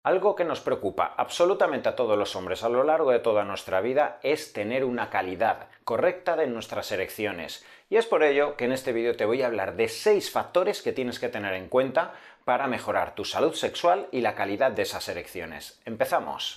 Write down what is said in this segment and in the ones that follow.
Algo que nos preocupa absolutamente a todos los hombres a lo largo de toda nuestra vida es tener una calidad correcta de nuestras erecciones. Y es por ello que en este vídeo te voy a hablar de 6 factores que tienes que tener en cuenta para mejorar tu salud sexual y la calidad de esas erecciones. ¡Empezamos!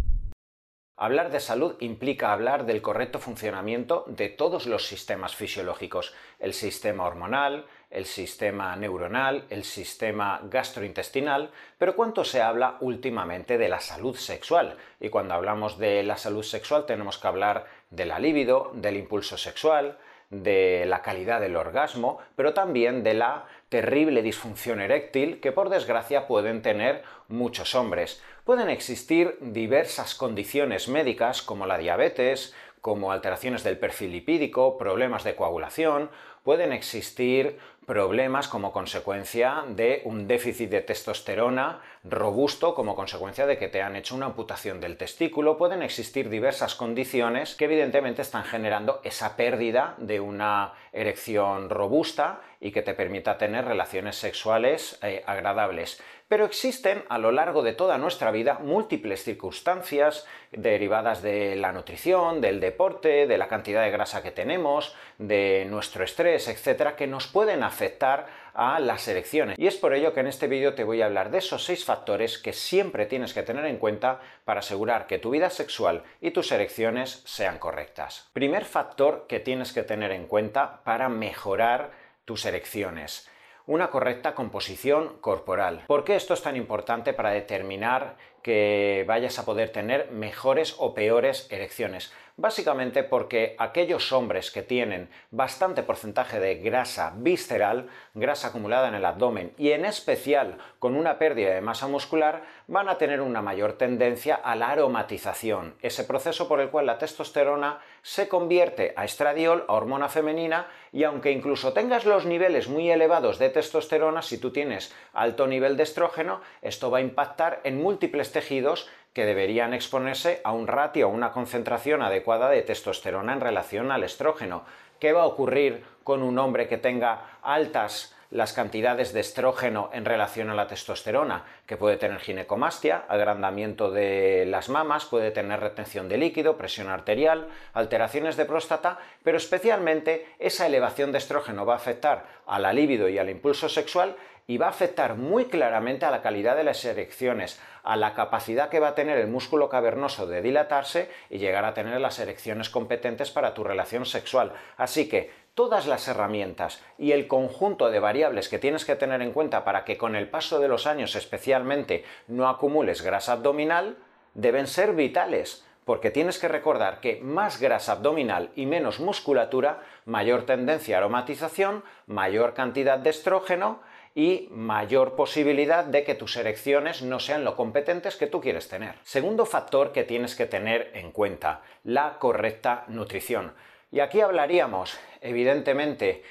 Hablar de salud implica hablar del correcto funcionamiento de todos los sistemas fisiológicos, el sistema hormonal, el sistema neuronal, el sistema gastrointestinal, pero ¿cuánto se habla últimamente de la salud sexual? Y cuando hablamos de la salud sexual tenemos que hablar de la libido, del impulso sexual, de la calidad del orgasmo, pero también de la terrible disfunción eréctil que por desgracia pueden tener muchos hombres. Pueden existir diversas condiciones médicas como la diabetes, como alteraciones del perfil lipídico, problemas de coagulación, pueden existir problemas como consecuencia de un déficit de testosterona robusto como consecuencia de que te han hecho una amputación del testículo. Pueden existir diversas condiciones que evidentemente están generando esa pérdida de una erección robusta y que te permita tener relaciones sexuales agradables. Pero existen a lo largo de toda nuestra vida múltiples circunstancias derivadas de la nutrición, del deporte, de la cantidad de grasa que tenemos, de nuestro estrés, etcétera, que nos pueden afectar a las erecciones. Y es por ello que en este vídeo te voy a hablar de esos 6 factores que siempre tienes que tener en cuenta para asegurar que tu vida sexual y tus erecciones sean correctas. Primer factor que tienes que tener en cuenta para mejorar tus erecciones: una correcta composición corporal. ¿Por qué esto es tan importante para determinar que vayas a poder tener mejores o peores erecciones? Básicamente porque aquellos hombres que tienen bastante porcentaje de grasa visceral, grasa acumulada en el abdomen y en especial con una pérdida de masa muscular, van a tener una mayor tendencia a la aromatización, ese proceso por el cual la testosterona se convierte a estradiol, a hormona femenina, y aunque incluso tengas los niveles muy elevados de testosterona, si tú tienes alto nivel de estrógeno, esto va a impactar en múltiples tejidos que deberían exponerse a un ratio o una concentración adecuada de testosterona en relación al estrógeno. ¿Qué va a ocurrir con un hombre que tenga altas las cantidades de estrógeno en relación a la testosterona? Que puede tener ginecomastia, agrandamiento de las mamas, puede tener retención de líquido, presión arterial, alteraciones de próstata, pero especialmente esa elevación de estrógeno va a afectar a la libido y al impulso sexual y va a afectar muy claramente a la calidad de las erecciones, a la capacidad que va a tener el músculo cavernoso de dilatarse y llegar a tener las erecciones competentes para tu relación sexual. Así que todas las herramientas y el conjunto de variables que tienes que tener en cuenta para que con el paso de los años especialmente no acumules grasa abdominal deben ser vitales, porque tienes que recordar que más grasa abdominal y menos musculatura, mayor tendencia a aromatización, mayor cantidad de estrógeno y mayor posibilidad de que tus erecciones no sean lo competentes que tú quieres tener. Segundo factor que tienes que tener en cuenta: la correcta nutrición. Y aquí hablaríamos, evidentemente,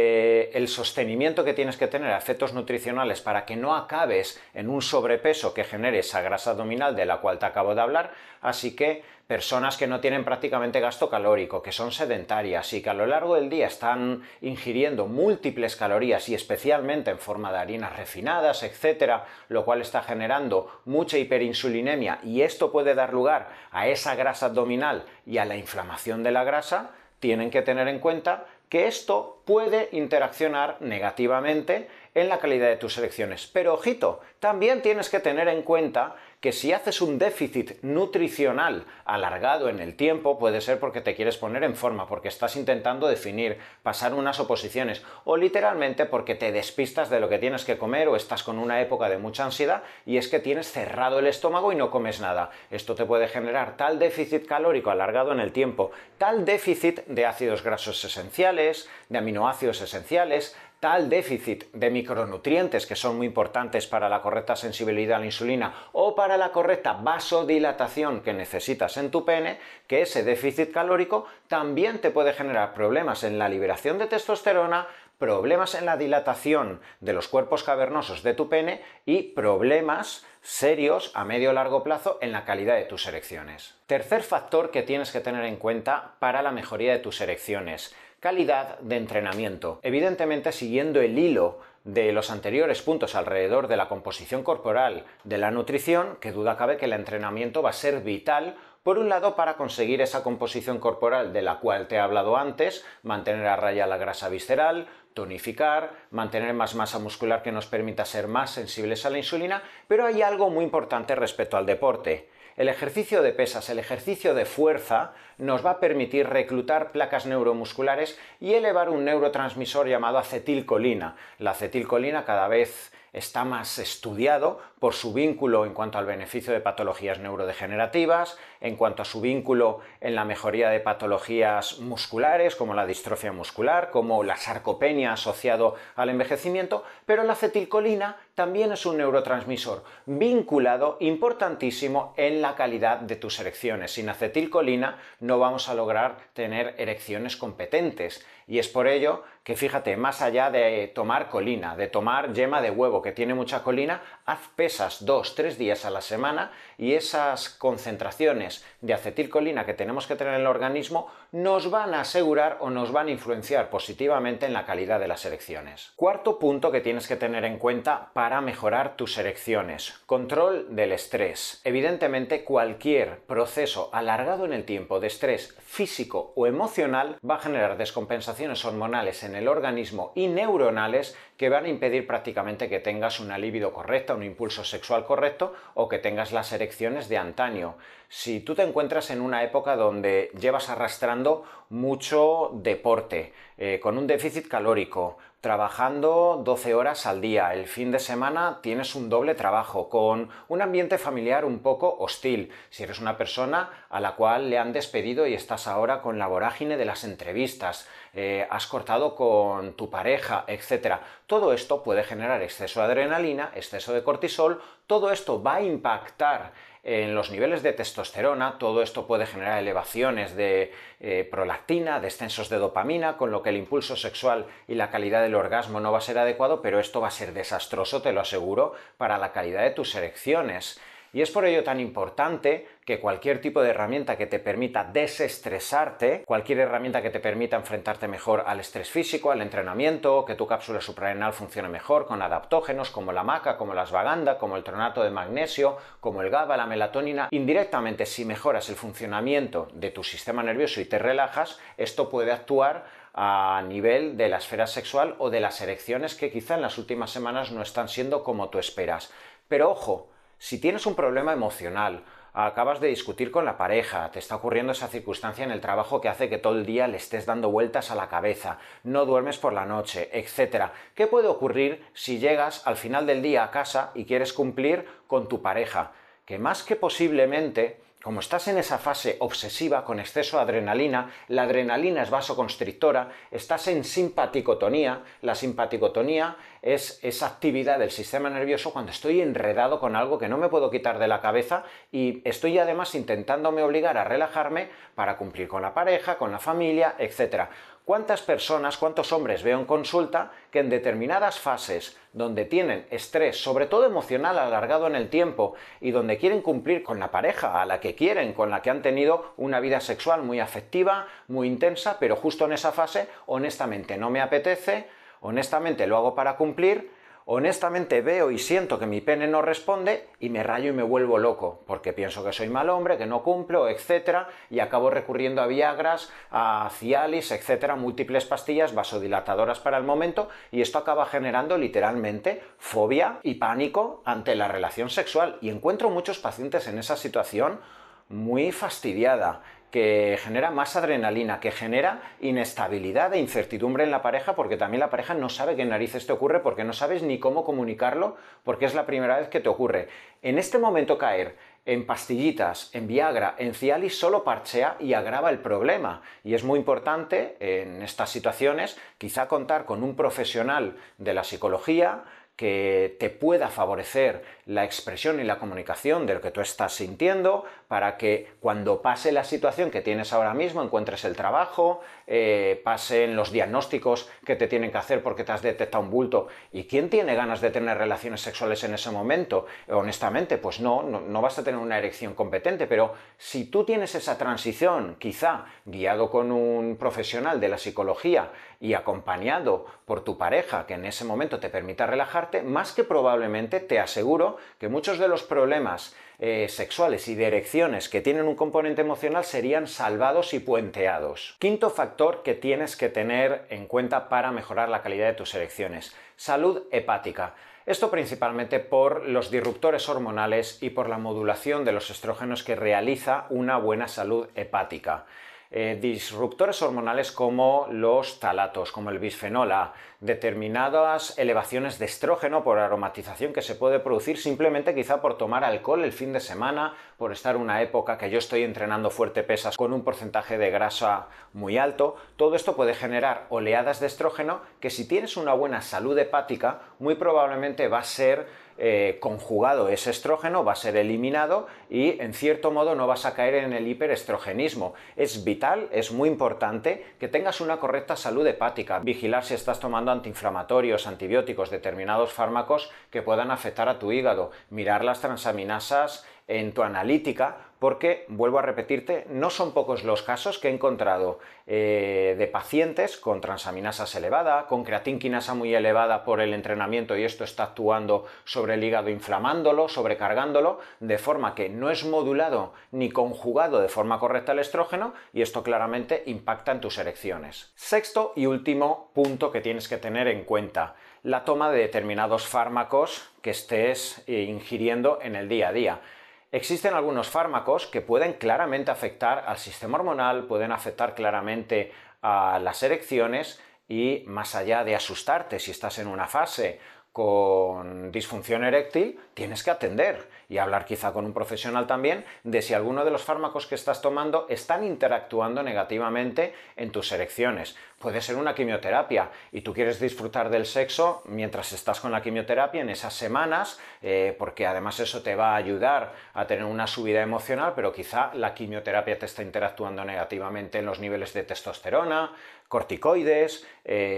del sostenimiento que tienes que tener a efectos nutricionales para que no acabes en un sobrepeso que genere esa grasa abdominal de la cual te acabo de hablar. Así que personas que no tienen prácticamente gasto calórico, que son sedentarias y que a lo largo del día están ingiriendo múltiples calorías y especialmente en forma de harinas refinadas, etcétera, lo cual está generando mucha hiperinsulinemia, y esto puede dar lugar a esa grasa abdominal y a la inflamación de la grasa. Tienen que tener en cuenta que esto puede interaccionar negativamente en la calidad de tus erecciones. Pero ojito, también tienes que tener en cuenta que si haces un déficit nutricional alargado en el tiempo, puede ser porque te quieres poner en forma, porque estás intentando definir, pasar unas oposiciones, o literalmente porque te despistas de lo que tienes que comer o estás con una época de mucha ansiedad y es que tienes cerrado el estómago y no comes nada. Esto te puede generar tal déficit calórico alargado en el tiempo, tal déficit de ácidos grasos esenciales, de aminoácidos esenciales, tal déficit de micronutrientes que son muy importantes para la correcta sensibilidad a la insulina o para la correcta vasodilatación que necesitas en tu pene, que ese déficit calórico también te puede generar problemas en la liberación de testosterona, problemas en la dilatación de los cuerpos cavernosos de tu pene y problemas serios a medio o largo plazo en la calidad de tus erecciones. Tercer factor que tienes que tener en cuenta para la mejoría de tus erecciones: calidad de entrenamiento. Evidentemente, siguiendo el hilo de los anteriores puntos alrededor de la composición corporal, de la nutrición, qué duda cabe que el entrenamiento va a ser vital, por un lado, para conseguir esa composición corporal de la cual te he hablado antes, mantener a raya la grasa visceral, tonificar, mantener más masa muscular que nos permita ser más sensibles a la insulina, pero hay algo muy importante respecto al deporte. El ejercicio de pesas, el ejercicio de fuerza, nos va a permitir reclutar placas neuromusculares y elevar un neurotransmisor llamado acetilcolina. La acetilcolina cada vez está más estudiado por su vínculo en cuanto al beneficio de patologías neurodegenerativas, en cuanto a su vínculo en la mejoría de patologías musculares, como la distrofia muscular, como la sarcopenia asociado al envejecimiento, pero la acetilcolina también es un neurotransmisor vinculado importantísimo en la calidad de tus erecciones. Sin acetilcolina no vamos a lograr tener erecciones competentes. Y es por ello que, fíjate, más allá de tomar colina, de tomar yema de huevo que tiene mucha colina, haz pesas 2-3 días a la semana y esas concentraciones de acetilcolina que tenemos que tener en el organismo nos van a asegurar o nos van a influenciar positivamente en la calidad de las erecciones. Cuarto punto que tienes que tener en cuenta para mejorar tus erecciones: control del estrés. Evidentemente, cualquier proceso alargado en el tiempo de estrés físico o emocional va a generar descompensaciones hormonales en el organismo y neuronales que van a impedir prácticamente que tengas una libido correcta, un impulso sexual correcto o que tengas las erecciones de antaño. Si tú te encuentras en una época donde llevas arrastrando mucho deporte, con un déficit calórico, trabajando 12 horas al día, el fin de semana tienes un doble trabajo, con un ambiente familiar un poco hostil, si eres una persona a la cual le han despedido y estás ahora con la vorágine de las entrevistas, has cortado con tu pareja, etc. Todo esto puede generar exceso de adrenalina, exceso de cortisol, todo esto va a impactar en los niveles de testosterona, todo esto puede generar elevaciones de prolactina, descensos de dopamina, con lo que el impulso sexual y la calidad del orgasmo no va a ser adecuado, pero esto va a ser desastroso, te lo aseguro, para la calidad de tus erecciones. Y es por ello tan importante que cualquier tipo de herramienta que te permita desestresarte, cualquier herramienta que te permita enfrentarte mejor al estrés físico, al entrenamiento, que tu cápsula suprarrenal funcione mejor con adaptógenos como la maca, como la ashwagandha, como el tronato de magnesio, como el GABA, la melatonina. Indirectamente, si mejoras el funcionamiento de tu sistema nervioso y te relajas, esto puede actuar a nivel de la esfera sexual o de las erecciones que quizá en las últimas semanas no están siendo como tú esperas. Pero ojo, si tienes un problema emocional, acabas de discutir con la pareja, te está ocurriendo esa circunstancia en el trabajo que hace que todo el día le estés dando vueltas a la cabeza, no duermes por la noche, etc. ¿Qué puede ocurrir si llegas al final del día a casa y quieres cumplir con tu pareja? Que más que posiblemente, como estás en esa fase obsesiva con exceso de adrenalina, la adrenalina es vasoconstrictora, estás en simpaticotonía. La simpaticotonía es esa actividad del sistema nervioso cuando estoy enredado con algo que no me puedo quitar de la cabeza y estoy además intentándome obligar a relajarme para cumplir con la pareja, con la familia, etc. ¿Cuántas personas, cuántos hombres veo en consulta que en determinadas fases donde tienen estrés, sobre todo emocional alargado en el tiempo, y donde quieren cumplir con la pareja a la que quieren, con la que han tenido una vida sexual muy afectiva, muy intensa, pero justo en esa fase, honestamente no me apetece, honestamente lo hago para cumplir, honestamente veo y siento que mi pene no responde y me rayo y me vuelvo loco, porque pienso que soy mal hombre, que no cumplo, etc. Y acabo recurriendo a Viagras, a Cialis, etc., múltiples pastillas vasodilatadoras para el momento, y esto acaba generando literalmente fobia y pánico ante la relación sexual. Y encuentro muchos pacientes en esa situación muy fastidiada, que genera más adrenalina, que genera inestabilidad e incertidumbre en la pareja, porque también la pareja no sabe qué narices te ocurre, porque no sabes ni cómo comunicarlo, porque es la primera vez que te ocurre. En este momento caer en pastillitas, en Viagra, en Cialis solo parchea y agrava el problema. Y es muy importante en estas situaciones quizá contar con un profesional de la psicología que te pueda favorecer la expresión y la comunicación de lo que tú estás sintiendo, para que cuando pase la situación que tienes ahora mismo, encuentres el trabajo, pasen los diagnósticos que te tienen que hacer porque te has detectado un bulto. ¿Y quién tiene ganas de tener relaciones sexuales en ese momento? Honestamente, pues no vas a tener una erección competente, pero si tú tienes esa transición, quizá guiado con un profesional de la psicología y acompañado por tu pareja, que en ese momento te permita relajarte, más que probablemente te aseguro que muchos de los problemas sexuales y de erecciones que tienen un componente emocional serían salvados y puenteados. Quinto factor que tienes que tener en cuenta para mejorar la calidad de tus erecciones: salud hepática. Esto principalmente por los disruptores hormonales y por la modulación de los estrógenos que realiza una buena salud hepática. Disruptores hormonales como los talatos, como el bisfenol A, determinadas elevaciones de estrógeno por aromatización que se puede producir simplemente quizá por tomar alcohol el fin de semana, por estar una época que yo estoy entrenando fuerte pesas con un porcentaje de grasa muy alto. Todo esto puede generar oleadas de estrógeno que, si tienes una buena salud hepática, muy probablemente va a ser conjugado ese estrógeno, va a ser eliminado y en cierto modo no vas a caer en el hiperestrogenismo. Es vital, es muy importante que tengas una correcta salud hepática, vigilar si estás tomando antiinflamatorios, antibióticos, determinados fármacos que puedan afectar a tu hígado, mirar las transaminasas en tu analítica, porque, vuelvo a repetirte, no son pocos los casos que he encontrado de pacientes con transaminasas elevada, con creatinquinasa muy elevada por el entrenamiento, y esto está actuando sobre el hígado, inflamándolo, sobrecargándolo, de forma que no es modulado ni conjugado de forma correcta el estrógeno, y esto claramente impacta en tus erecciones. Sexto y último punto que tienes que tener en cuenta: la toma de determinados fármacos que estés ingiriendo en el día a día. Existen algunos fármacos que pueden claramente afectar al sistema hormonal, pueden afectar claramente a las erecciones, y más allá de asustarte si estás en una fase con disfunción eréctil, tienes que atender y hablar quizá con un profesional también de si alguno de los fármacos que estás tomando están interactuando negativamente en tus erecciones. Puede ser una quimioterapia y tú quieres disfrutar del sexo mientras estás con la quimioterapia en esas semanas, porque además eso te va a ayudar a tener una subida emocional, pero quizá la quimioterapia te está interactuando negativamente en los niveles de testosterona, corticoides,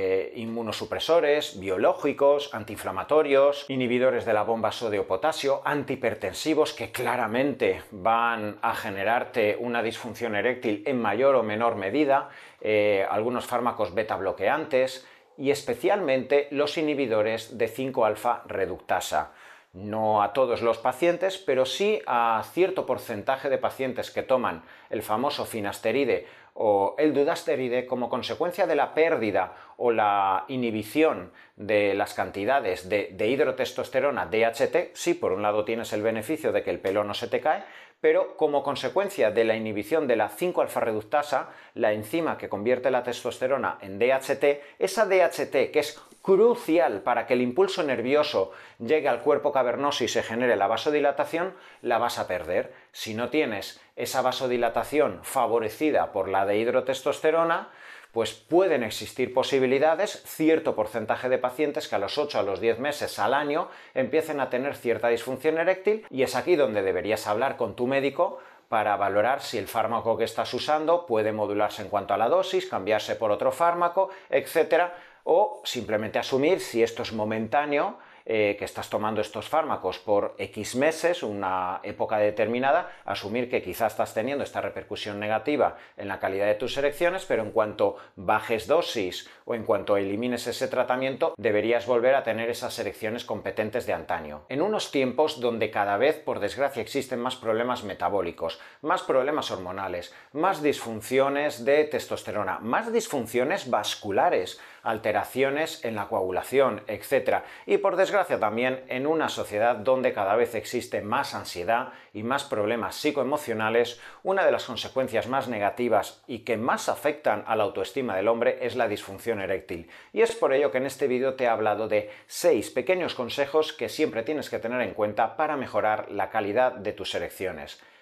inmunosupresores, biológicos, antiinflamatorios, inhibidores de la bomba sodio-potasio, antihipertensivos que claramente van a generarte una disfunción eréctil en mayor o menor medida, algunos fármacos beta bloqueantes y especialmente los inhibidores de 5-alfa reductasa. No a todos los pacientes, pero sí a cierto porcentaje de pacientes que toman el famoso finasteride o el dudasteride como consecuencia de la pérdida o la inhibición de las cantidades de hidrotestosterona DHT. Sí, por un lado tienes el beneficio de que el pelo no se te cae, pero como consecuencia de la inhibición de la 5-alfa reductasa, la enzima que convierte la testosterona en DHT, esa DHT que es crucial para que el impulso nervioso llegue al cuerpo cavernoso y se genere la vasodilatación, la vas a perder. Si no tienes esa vasodilatación favorecida por la dihidrotestosterona, pues pueden existir posibilidades, cierto porcentaje de pacientes que a los 8, a los 10 meses, al año, empiecen a tener cierta disfunción eréctil, y es aquí donde deberías hablar con tu médico para valorar si el fármaco que estás usando puede modularse en cuanto a la dosis, cambiarse por otro fármaco, etcétera, o simplemente asumir, si esto es momentáneo, que estás tomando estos fármacos por X meses, una época determinada, asumir que quizás estás teniendo esta repercusión negativa en la calidad de tus erecciones, pero en cuanto bajes dosis o en cuanto elimines ese tratamiento, deberías volver a tener esas erecciones competentes de antaño. En unos tiempos donde cada vez, por desgracia, existen más problemas metabólicos, más problemas hormonales, más disfunciones de testosterona, más disfunciones vasculares, alteraciones en la coagulación, etc. Y por desgracia también en una sociedad donde cada vez existe más ansiedad y más problemas psicoemocionales, una de las consecuencias más negativas y que más afectan a la autoestima del hombre es la disfunción eréctil. Y es por ello que en este vídeo te he hablado de 6 pequeños consejos que siempre tienes que tener en cuenta para mejorar la calidad de tus erecciones.